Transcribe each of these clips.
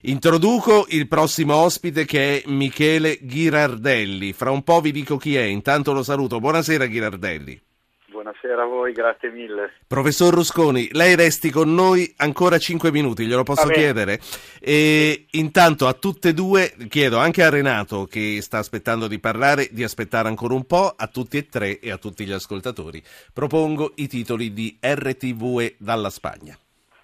Introduco il prossimo ospite, che è Michele Ghirardelli. Fra un po' vi dico chi è, intanto lo saluto. Buonasera Ghirardelli. Buonasera a voi, grazie mille. Professor Rusconi, lei resti con noi ancora 5 minuti, glielo posso chiedere? E intanto a tutte e due chiedo, anche a Renato che sta aspettando di parlare, di aspettare ancora un po'. A tutti e tre e a tutti gli ascoltatori propongo i titoli di RTVE dalla Spagna.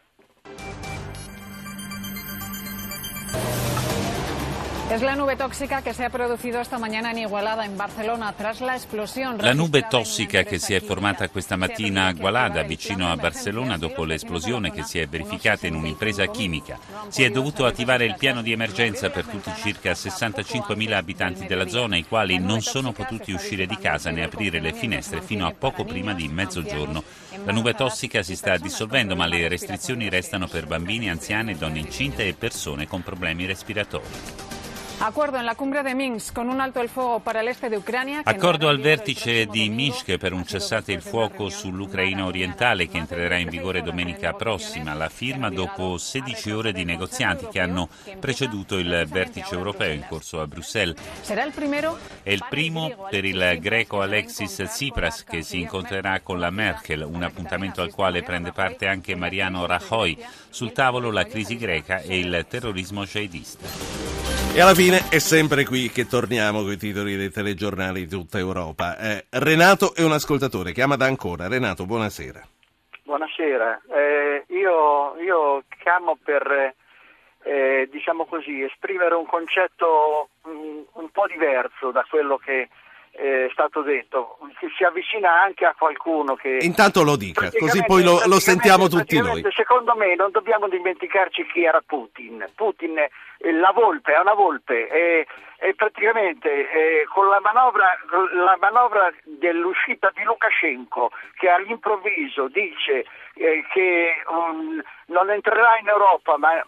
Es la nube tóxica que se ha producido esta mañana en Igualada, en Barcelona, tras la explosión. La nube tossica che si è formata questa mattina a Igualada, vicino a Barcellona, dopo l'esplosione che si è verificata in un'impresa chimica. Si è dovuto attivare il piano di emergenza per tutti i circa 65.000 abitanti della zona, i quali non sono potuti uscire di casa né aprire le finestre fino a poco prima di mezzogiorno. La nube tossica si sta dissolvendo, ma le restrizioni restano per bambini, anziani, donne incinte e persone con problemi respiratori. Accordo al vertice di Minsk per un cessate il fuoco sull'Ucraina orientale che entrerà in vigore domenica prossima. La firma dopo 16 ore di negoziati che hanno preceduto il vertice europeo in corso a Bruxelles. È il primo per il greco Alexis Tsipras, che si incontrerà con la Merkel, un appuntamento al quale prende parte anche Mariano Rajoy. Sul tavolo la crisi greca e il terrorismo jihadista. E alla fine è sempre qui che torniamo con i titoli dei telegiornali di tutta Europa. Renato è un ascoltatore, chiama da Ancona. Renato, buonasera. Buonasera, io chiamo per, diciamo così, esprimere un concetto un po' diverso da quello che è stato detto, che si avvicina anche a qualcuno che... Intanto lo dica, così poi lo sentiamo tutti noi. Secondo me non dobbiamo dimenticarci chi era Putin. Putin, la volpe, è una volpe, e praticamente con la manovra dell'uscita di Lukashenko, che all'improvviso dice che non entrerà in Europa ma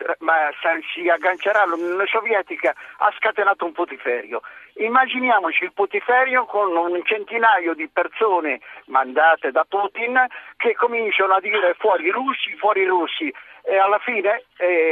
si aggancerà all'Unione Sovietica, ha scatenato un putiferio. Immaginiamoci il putiferio con un centinaio di persone mandate da Putin che cominciano a dire fuori i russi, e alla fine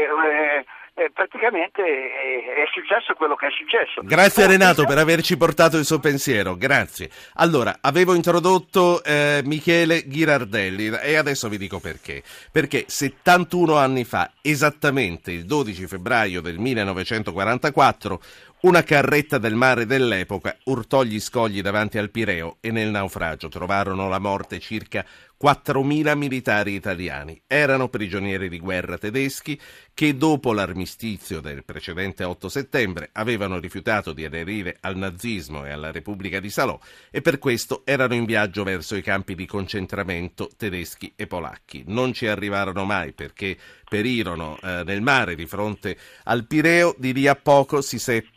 praticamente è successo quello che è successo. Grazie Renato per averci portato il suo pensiero, grazie. Allora, avevo introdotto Michele Ghirardelli e adesso vi dico perché. Perché 71 anni fa, esattamente il 12 febbraio del 1944, una carretta del mare dell'epoca urtò gli scogli davanti al Pireo e nel naufragio trovarono la morte circa 4.000 militari italiani. Erano prigionieri di guerra tedeschi che dopo l'armistizio del precedente 8 settembre avevano rifiutato di aderire al nazismo e alla Repubblica di Salò e per questo erano in viaggio verso i campi di concentramento tedeschi e polacchi. Non ci arrivarono mai perché perirono nel mare di fronte al Pireo. Di lì a poco non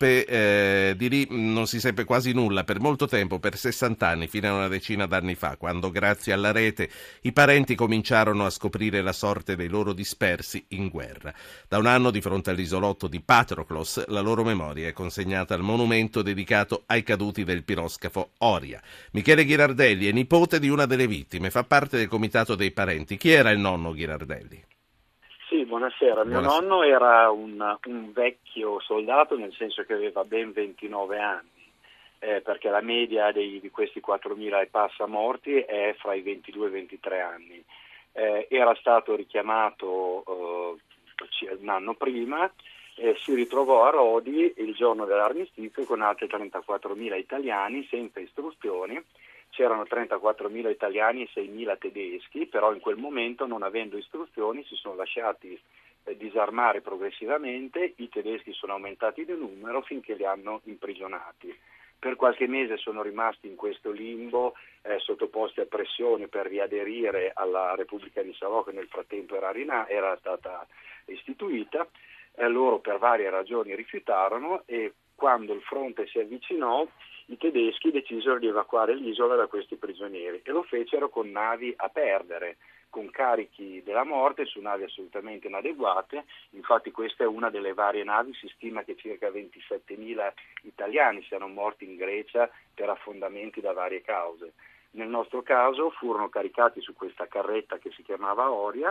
si seppe quasi nulla per molto tempo, per 60 anni, fino a una decina d'anni fa, quando grazie alla rete i parenti cominciarono a scoprire la sorte dei loro dispersi in guerra. Da un anno, di fronte all'isolotto di Patroklos, la loro memoria è consegnata al monumento dedicato ai caduti del piroscafo Oria. Michele Ghirardelli è nipote di una delle vittime, fa parte del comitato dei parenti. Chi era il nonno Ghirardelli? Sì, buonasera. Mio nonno era un vecchio soldato, nel senso che aveva ben 29 anni. Perché la media di questi 4.000 e passa morti è fra i 22 e i 23 anni. Era stato richiamato un anno prima, si ritrovò a Rodi il giorno dell'armistizio con altri 34.000 italiani senza istruzioni. C'erano 34.000 italiani e 6.000 tedeschi, però in quel momento, non avendo istruzioni, si sono lasciati disarmare progressivamente. I tedeschi sono aumentati di numero finché li hanno imprigionati. Per qualche mese sono rimasti in questo limbo, sottoposti a pressione per riaderire alla Repubblica di Salò, che nel frattempo era stata istituita. Loro per varie ragioni rifiutarono, e quando il fronte si avvicinò i tedeschi decisero di evacuare l'isola da questi prigionieri, e lo fecero con navi a perdere, con carichi della morte su navi assolutamente inadeguate. Infatti questa è una delle varie navi. Si stima che circa 27.000 italiani siano morti in Grecia per affondamenti da varie cause. Nel nostro caso furono caricati su questa carretta che si chiamava Oria,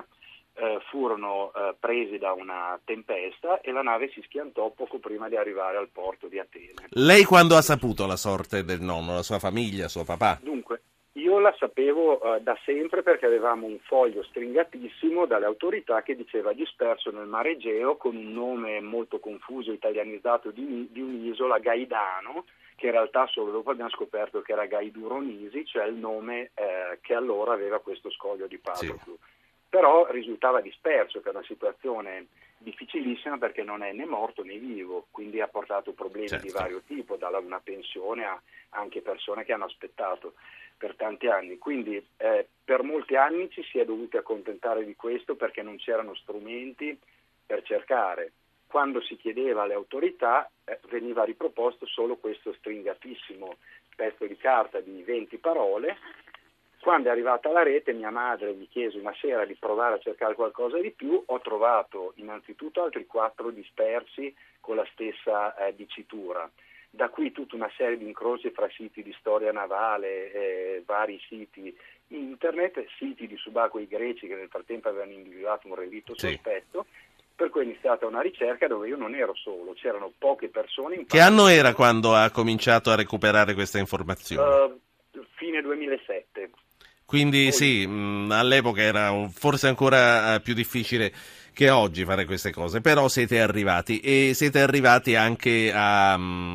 furono presi da una tempesta e la nave si schiantò poco prima di arrivare al porto di Atene. Lei quando ha saputo la sorte del nonno, la sua famiglia, suo papà? Dunque, io la sapevo da sempre perché avevamo un foglio stringatissimo dalle autorità che diceva disperso nel mare Egeo con un nome molto confuso, italianizzato di un'isola, Gaidano, che in realtà solo dopo abbiamo scoperto che era Gaiduronisi, cioè il nome che allora aveva questo scoglio di Patroclo. Sì. Però risultava disperso, che è una situazione difficilissima perché non è né morto né vivo, quindi ha portato problemi di vario tipo, dalla una pensione a anche persone che hanno aspettato per tanti anni. Quindi per molti anni ci si è dovuti accontentare di questo perché non c'erano strumenti per cercare. Quando si chiedeva alle autorità veniva riproposto solo questo stringatissimo pezzo di carta di 20 parole. Quando è arrivata la rete, mia madre mi chiese una sera di provare a cercare qualcosa di più. Ho trovato innanzitutto altri 4 dispersi con la stessa dicitura. Da qui tutta una serie di incroci fra siti di storia navale, vari siti internet, siti di subacquei greci che nel frattempo avevano individuato un relitto sospetto. Per cui è iniziata una ricerca dove io non ero solo, c'erano poche persone. Che anno era quando ha cominciato a recuperare questa informazione? Fine 2007. Quindi sì, all'epoca era forse ancora più difficile che oggi fare queste cose, però siete arrivati e siete arrivati anche a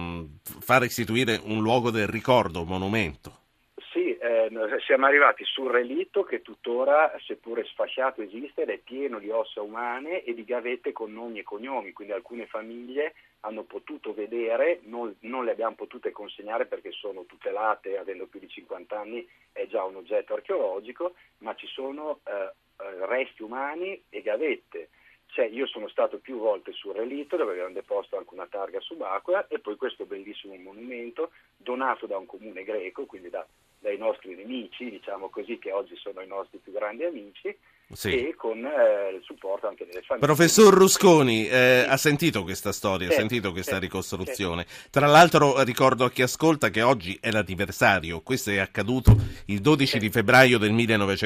far istituire un luogo del ricordo, un monumento. Sì, siamo arrivati sul relitto che tuttora, seppure sfasciato, esiste ed è pieno di ossa umane e di gavette con nomi e cognomi, quindi alcune famiglie hanno potuto vedere, non le abbiamo potute consegnare perché sono tutelate, avendo più di 50 anni è già un oggetto archeologico, ma ci sono resti umani e gavette. Io sono stato più volte sul relitto dove avevano deposto anche una targa subacquea e poi questo bellissimo monumento donato da un comune greco, quindi dai nostri nemici, diciamo così, che oggi sono i nostri più grandi amici, e con il supporto anche delle famiglie. Professor Rusconi, ha sentito questa storia, ha sentito questa ricostruzione. Tra l'altro ricordo a chi ascolta che oggi è l'anniversario, questo è accaduto il 12 di febbraio del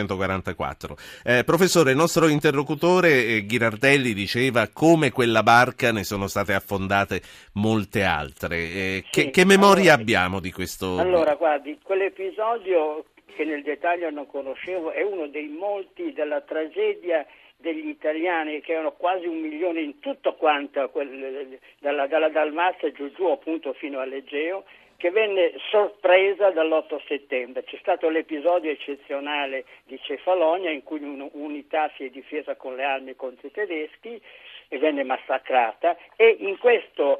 1944. Professore, il nostro interlocutore Ghirardelli diceva come quella barca ne sono state affondate molte altre. Che memoria abbiamo di questo? Allora, guardi, quell'episodio che nel dettaglio non conoscevo è uno dei molti della tragedia degli italiani, che erano quasi 1 milione in tutto quanto dalla Dalmazia giù appunto fino all'Egeo, che venne sorpresa dall'8 settembre. C'è stato l'episodio eccezionale di Cefalonia in cui un'unità si è difesa con le armi contro i tedeschi e venne massacrata, e in questo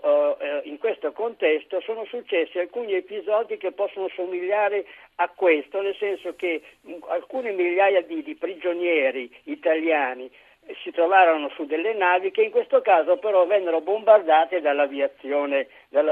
contesto sono successi alcuni episodi che possono somigliare a questo, nel senso che alcune migliaia di prigionieri italiani si trovarono su delle navi che in questo caso però vennero bombardate dall'aviazione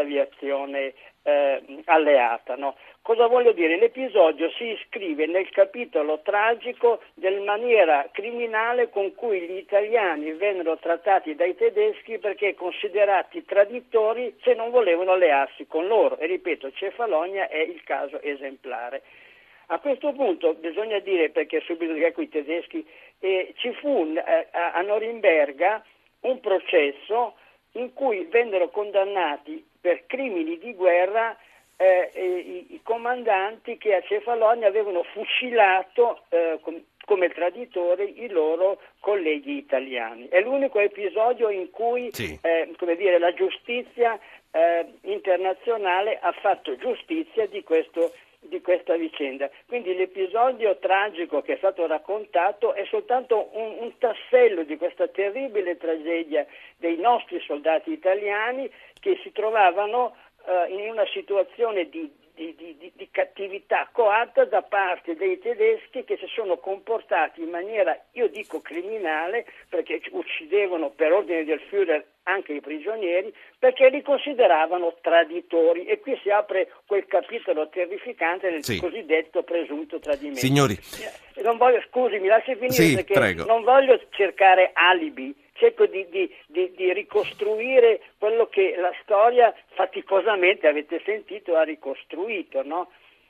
alleata, no? Cosa voglio dire? L'episodio si iscrive nel capitolo tragico della maniera criminale con cui gli italiani vennero trattati dai tedeschi, perché considerati traditori se non volevano allearsi con loro, e ripeto, Cefalonia è il caso esemplare. A questo punto bisogna dire, perché subito con i tedeschi, ci fu a Norimberga un processo in cui vennero condannati per crimini di guerra i comandanti che a Cefalonia avevano fucilato come traditori i loro colleghi italiani. È l'unico episodio in cui la giustizia internazionale ha fatto giustizia di questa vicenda. Quindi l'episodio tragico che è stato raccontato è soltanto un tassello di questa terribile tragedia dei nostri soldati italiani che si trovavano in una situazione di cattività coatta da parte dei tedeschi, che si sono comportati in maniera, io dico, criminale, perché uccidevano per ordine del Führer anche i prigionieri, perché li consideravano traditori, e qui si apre quel capitolo terrificante del cosiddetto presunto tradimento. Signori, mi lasci finire, perché prego. Non voglio cercare alibi, cerco di ricostruire quello che la storia faticosamente, avete sentito, ha ricostruito, no?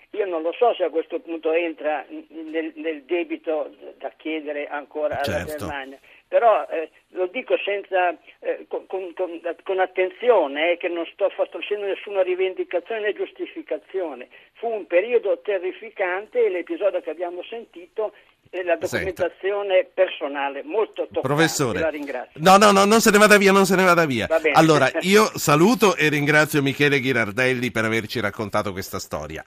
io non lo so se a questo punto entra nel debito da chiedere ancora alla Germania. Però lo dico senza con attenzione, che non sto facendo nessuna rivendicazione né giustificazione. Fu un periodo terrificante e l'episodio che abbiamo sentito è la documentazione personale, molto toccante. Professore, la ringrazio. No, non se ne vada via. Va bene. Allora, io saluto e ringrazio Michele Ghirardelli per averci raccontato questa storia.